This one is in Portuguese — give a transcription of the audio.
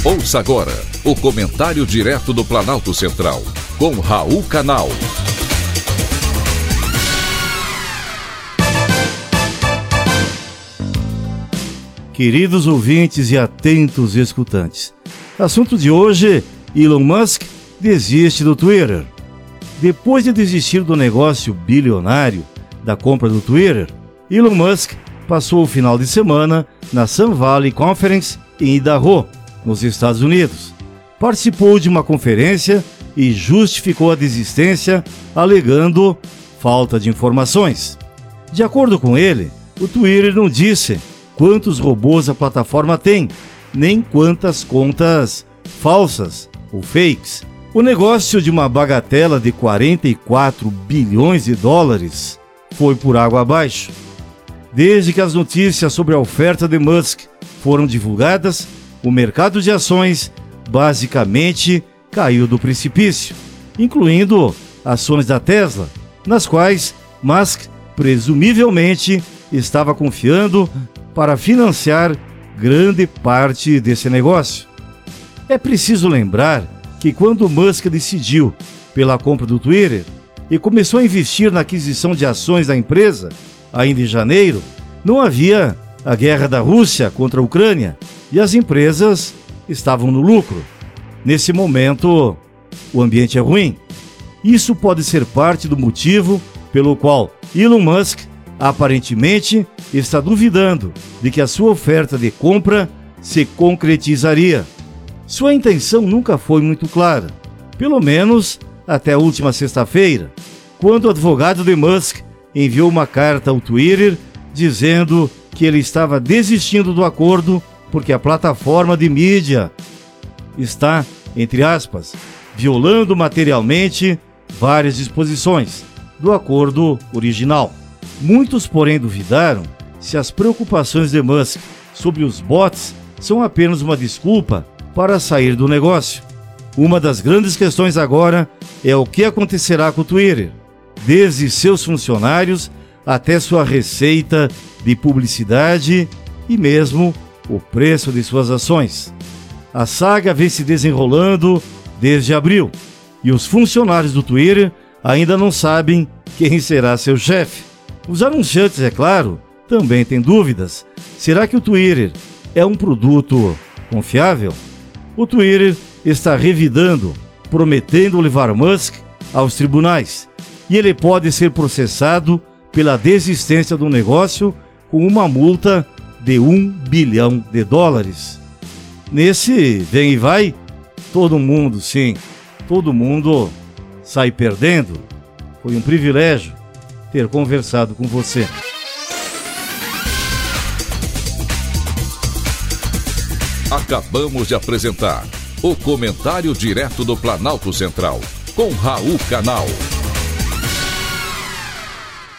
Ouça agora o comentário direto do Planalto Central, com Raul Canal. Queridos ouvintes e atentos escutantes, assunto de hoje: Elon Musk desiste do Twitter. Depois de desistir do negócio bilionário da compra do Twitter, Elon Musk passou o final de semana na Sun Valley Conference em Idaho, nos Estados Unidos. Participou de uma conferência e justificou a desistência, alegando falta de informações. De acordo com ele, o Twitter não disse quantos robôs a plataforma tem, nem quantas contas falsas ou fakes. O negócio de uma bagatela de 44 bilhões de dólares foi por água abaixo. Desde que as notícias sobre a oferta de Musk foram divulgadas, o mercado de ações basicamente caiu do precipício, incluindo ações da Tesla, nas quais Musk presumivelmente estava confiando para financiar grande parte desse negócio. É preciso lembrar que quando Musk decidiu pela compra do Twitter e começou a investir na aquisição de ações da empresa, ainda em janeiro, não havia a guerra da Rússia contra a Ucrânia e as empresas estavam no lucro. Nesse momento, o ambiente é ruim. Isso pode ser parte do motivo pelo qual Elon Musk aparentemente está duvidando de que a sua oferta de compra se concretizaria. Sua intenção nunca foi muito clara, pelo menos até a última sexta-feira, quando o advogado de Musk enviou uma carta ao Twitter dizendo que ele estava desistindo do acordo porque a plataforma de mídia está, entre aspas, violando materialmente várias disposições do acordo original. Muitos, porém, duvidaram se as preocupações de Musk sobre os bots são apenas uma desculpa para sair do negócio. Uma das grandes questões agora é o que acontecerá com o Twitter, desde seus funcionários até sua receita de publicidade e mesmo o preço de suas ações. A saga vem se desenrolando desde abril e os funcionários do Twitter ainda não sabem quem será seu chefe. Os anunciantes, é claro, também têm dúvidas. Será que o Twitter é um produto confiável? O Twitter está revidando, prometendo levar Musk aos tribunais, e ele pode ser processado pela desistência do negócio com uma multa de $1 bilhão. Nesse vem e vai, todo mundo sai perdendo. Foi um privilégio ter conversado com você. Acabamos de apresentar o comentário direto do Planalto Central, com Raul Canal.